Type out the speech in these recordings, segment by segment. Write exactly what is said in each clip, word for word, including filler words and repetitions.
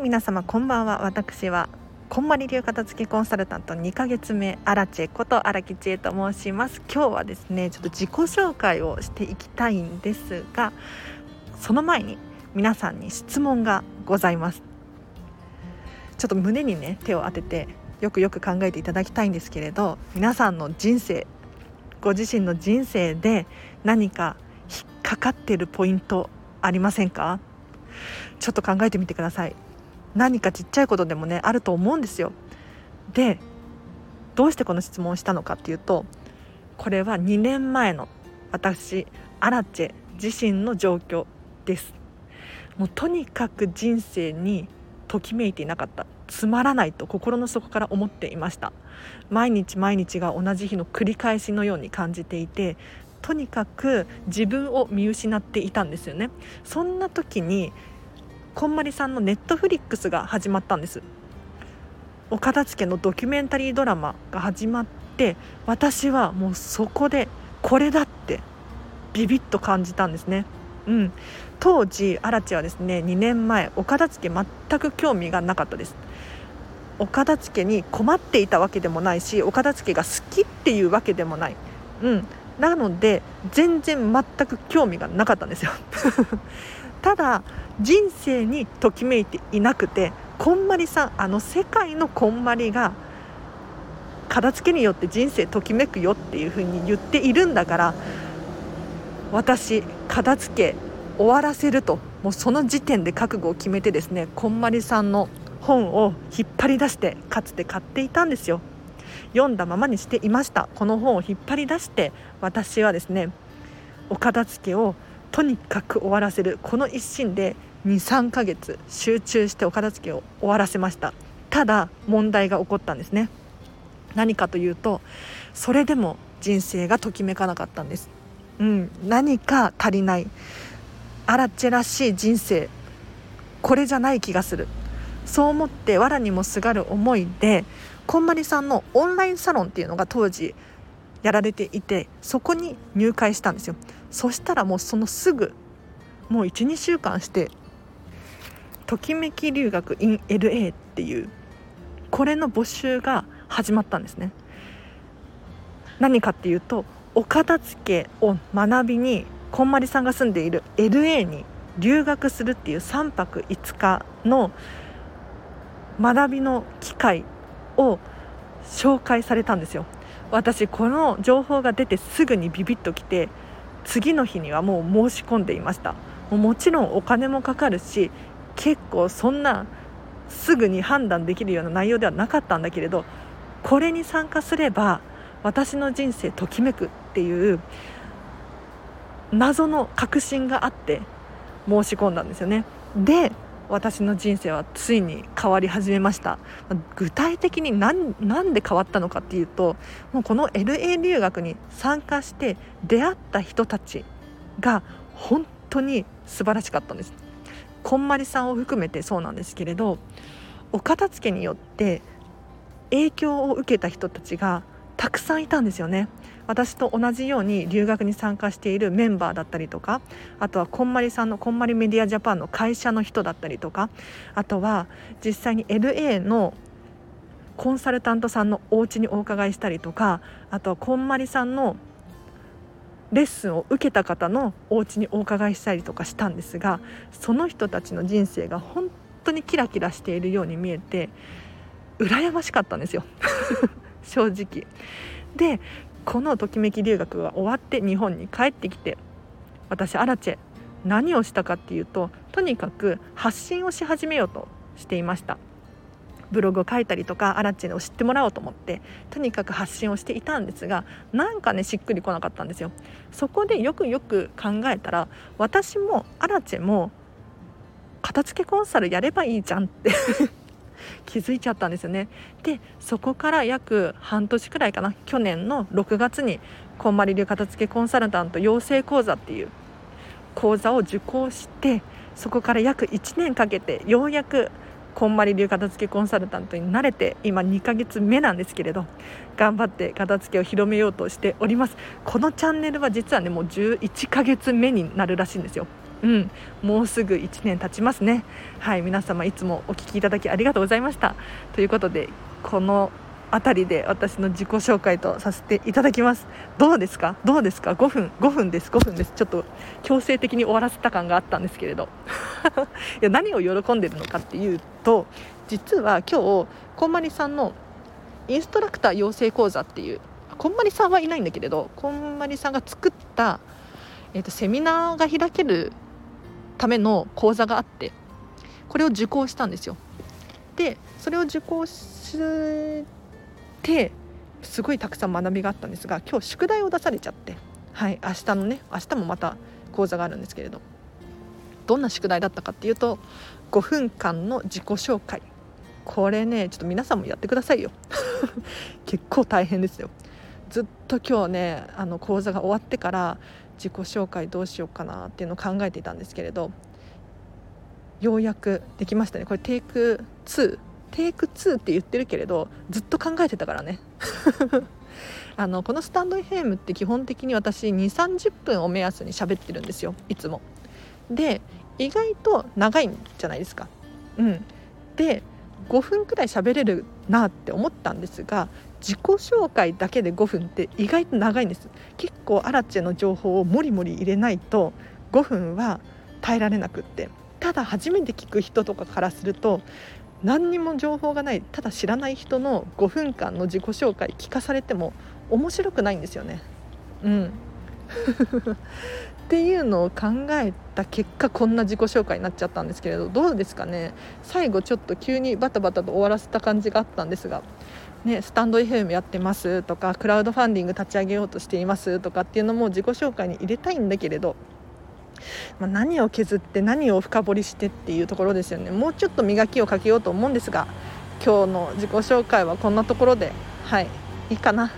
皆様こんばんは。私はこんまり流片付けコンサルタントにかげつめアラチェこと荒木千恵と申します。今日はですねちょっと自己紹介をしていきたいんですが、その前に皆さんに質問がございます。ちょっと胸にね手を当ててよくよく考えていただきたいんですけれど、皆さんの人生、ご自身の人生で何か引っかかっているポイントありませんか？ちょっと考えてみてください。何かちっちゃいことでもねあると思うんですよ。で、どうしてこの質問をしたのかっていうと、これはにねんまえの私アラチェ自身の状況です。もうとにかく人生にときめいていなかった、つまらないと心の底から思っていました。毎日毎日が同じ日の繰り返しのように感じていて、とにかく自分を見失っていたんですよね。そんな時にこんまりさんのネットフリックスが始まったんです。お片付けのドキュメンタリードラマが始まって、私はもうそこでこれだってビビッと感じたんですね。うん、当時アラチはですねにねんまえお片付け全く興味がなかったです。お片付けに困っていたわけでもないし、お片付けが好きっていうわけでもない、うん、なので全然全く興味がなかったんですよただ人生にときめいていなくて、こんまりさん、あの世界のこんまりが片付けによって人生ときめくよっていう風に言っているんだから、私片付け終わらせると、もうその時点で覚悟を決めてですね、こんまりさんの本を引っ張り出してかつて買っていたんですよ。読んだままにしていました。この本を引っ張り出して私はですねお片付けをとにかく終わらせる、この一心で にさんかげつ集中してお片付けを終わらせました。ただ問題が起こったんですね。何かというと、それでも人生がときめかなかったんです。うん、何か足りない、アラチェらしい人生、これじゃない気がする。そう思って藁にもすがる思いで、こんまりさんのオンラインサロンっていうのが当時やられていて、そこに入会したんですよ。そしたらもうそのすぐもう いち,に 週間してときめき留学 in エルエー っていうこれの募集が始まったんですね。何かっていうと、お片付けを学びにこんまりさんが住んでいる エルエー に留学するっていうさんぱくいつかの学びの機会を紹介されたんですよ。私この情報が出てすぐにビビッときて、次の日にはもう申し込んでいました。もうもちろんお金もかかるし、結構そんなすぐに判断できるような内容ではなかったんだけれど、これに参加すれば私の人生ときめくっていう謎の確信があって申し込んだんですよね。で、私の人生はついに変わり始めました。具体的に何、何で変わったのかっていうと、もうこの エルエー 留学に参加して出会った人たちが本当に素晴らしかったんです。こんまりさんを含めてそうなんですけれど、お片付けによって影響を受けた人たちがたくさんいたんですよね。私と同じように留学に参加しているメンバーだったりとか、あとはこんまりさんのこんまりメディアジャパンの会社の人だったりとか、あとは実際に エルエー のコンサルタントさんのお家にお伺いしたりとか、あとはこんまりさんのレッスンを受けた方のお家にお伺いしたりとかしたんですが、その人たちの人生が本当にキラキラしているように見えて羨ましかったんですよ正直で、このときめき留学が終わって日本に帰ってきて、私アラチェ何をしたかっていうと、とにかく発信をし始めようとしていました。ブログを書いたりとかアラチェを知ってもらおうと思ってとにかく発信をしていたんですが、なんかねしっくりこなかったんですよ。そこでよくよく考えたら、私もアラチェも片付けコンサルやればいいじゃんって気づいちゃったんですよね。で、そこから約半年くらいかな、去年のろくがつにこんまり流片付けコンサルタント養成講座っていう講座を受講して、そこから約いちねんかけてようやくこんまり流片付けコンサルタントになれて、今にかげつめなんですけれど、頑張って片付けを広めようとしております。このチャンネルは実はねもうじゅういっかげつめになるらしいんですよ。 うん、もうすぐいちねん経ちますね。はい、皆様いつもお聞きいただきありがとうございました。ということで、このあたりで私の自己紹介とさせていただきます。どうですかどうですかごふんごふんですごふんです。ちょっと強制的に終わらせた感があったんですけれどいや、何を喜んでるのかっていうと、実は今日こんまりさんのインストラクター養成講座っていう、こんまりさんはいないんだけれど、こんまりさんが作った、えーと、セミナーが開けるための講座があって、これを受講したんですよ。でそれを受講してすごいたくさん学びがあったんですが、今日宿題を出されちゃって、はい、明日のね明日もまた講座があるんですけれど、どんな宿題だったかっていうと、ごふんかんの自己紹介。これねちょっと皆さんもやってくださいよ結構大変ですよ。ずっと今日ねあの講座が終わってから自己紹介どうしようかなっていうのを考えていたんですけれど、ようやくできましたね。これテイクツーテイクツーって言ってるけれど、ずっと考えてたからねあのこのスタンド エフエム って基本的に私にじゅうさんじゅっぷんを目安に喋ってるんですよ、いつも。で意外と長いんじゃないですか。うんでごふんくらい喋れるなって思ったんですが、自己紹介だけでごふんって意外と長いんです。結構アラチェの情報をもりもり入れないとごふんは耐えられなくって、ただ初めて聞く人とかからすると何にも情報がない、ただ知らない人のごふんかんの自己紹介聞かされても面白くないんですよね。うんっていうのを考えた結果、こんな自己紹介になっちゃったんですけれど、どうですかね。最後ちょっと急にバタバタと終わらせた感じがあったんですが、ね、スタンド エフエム やってますとか、クラウドファンディング立ち上げようとしていますとかっていうのも自己紹介に入れたいんだけれど、まあ、何を削って何を深掘りしてっていうところですよね。もうちょっと磨きをかけようと思うんですが、今日の自己紹介はこんなところで、はいいいかな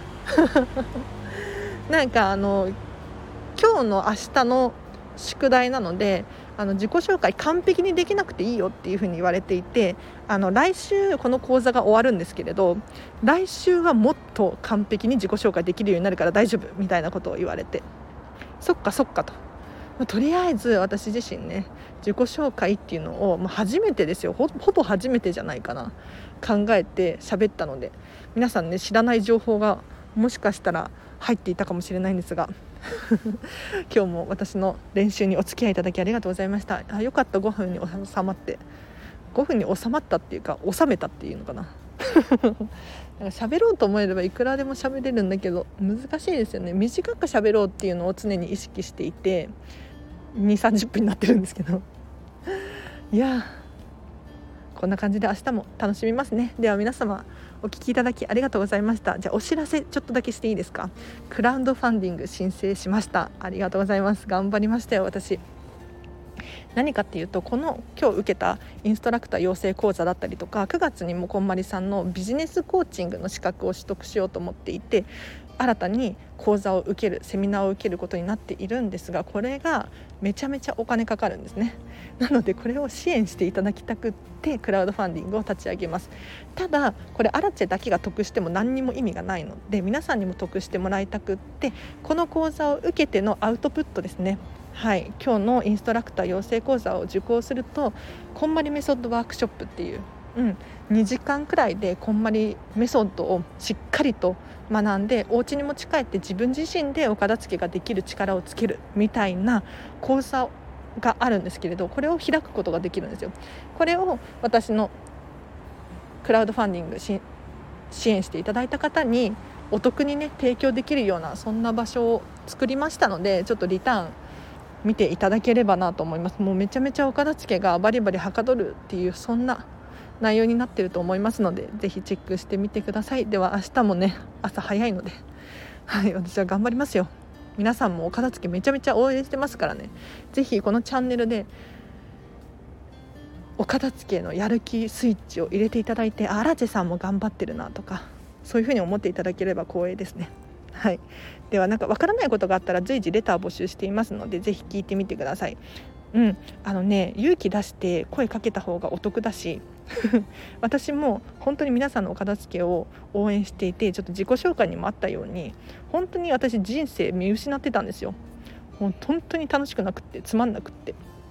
なんかあの今日の明日の宿題なので、あの自己紹介完璧にできなくていいよっていうふうに言われていて、あの来週この講座が終わるんですけれど、来週はもっと完璧に自己紹介できるようになるから大丈夫みたいなことを言われて、そっかそっかと、まあ、とりあえず私自身ね自己紹介っていうのを、まあ、初めてですよ、 ほ, ほぼ初めてじゃないかな、考えて喋ったので、皆さんね知らない情報がもしかしたら入っていたかもしれないんですが今日も私の練習にお付き合いいただきありがとうございました。あ、よかった、ごふんに収まって、ごふんに収まったっていうか収めたっていうのかななんか喋ろうと思えればいくらでも喋れるんだけど難しいですよね。短く喋ろうっていうのを常に意識していてにじゅうさんじゅっぷんになってるんですけどいやこんな感じで明日も楽しみますね。では皆様お聞きいただきありがとうございました。じゃあお知らせちょっとだけしていいですか。クラウドファンディング申請しました。ありがとうございます。頑張りましたよ私。何かっていうと、この今日受けたインストラクター養成講座だったりとか、くがつにもこんまりさんのビジネスコーチングの資格を取得しようと思っていて、新たに講座を受けるセミナーを受けることになっているんですが、これがめちゃめちゃお金かかるんですね。なのでこれを支援していただきたくってクラウドファンディングを立ち上げます。ただこれアラチェだけが得しても何にも意味がないので、皆さんにも得してもらいたくって、この講座を受けてのアウトプットですね。はい、今日のインストラクター養成講座を受講すると、こんまりメソッドワークショップっていう、うん、にじかんくらいでこんまりメソッドをしっかりと学んで、お家に持ち帰って自分自身でお片付けができる力をつけるみたいな講座があるんですけれど、これを開くことができるんですよ。これを私のクラウドファンディングし支援していただいた方にお得にね提供できるような、そんな場所を作りましたので、ちょっとリターン見ていただければなと思います。もうめちゃめちゃお片付けがバリバリはかどるっていう、そんな内容になっていると思いますので、ぜひチェックしてみてください。では明日もね朝早いので、はい、私は頑張りますよ。皆さんもお片付けめちゃめちゃ応援してますからね。ぜひこのチャンネルでお片付けのやる気スイッチを入れていただいて、あ、アラチェさんも頑張ってるなとか、そういうふうに思っていただければ光栄ですね。はい、ではなんかわからないことがあったら随時レター募集していますので、ぜひ聞いてみてください。うん、あのね勇気出して声かけた方がお得だし私も本当に皆さんのお片付けを応援していて、ちょっと自己紹介にもあったように、本当に私人生見失ってたんですよ。もう本当に楽しくなくってつまんなくって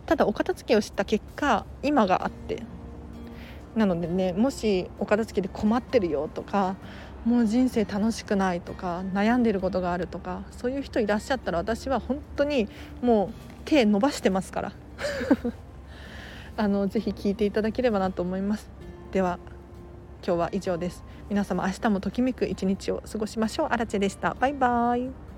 ただお片付けをした結果今があって、なのでね、もしお片付けで困ってるよとか、もう人生楽しくないとか悩んでることがあるとか、そういう人いらっしゃったら、私は本当にもう手伸ばしてますからあのぜひ聞いていただければなと思います。では今日は以上です。皆様明日もときめく一日を過ごしましょう。あらちでした。バイバイ。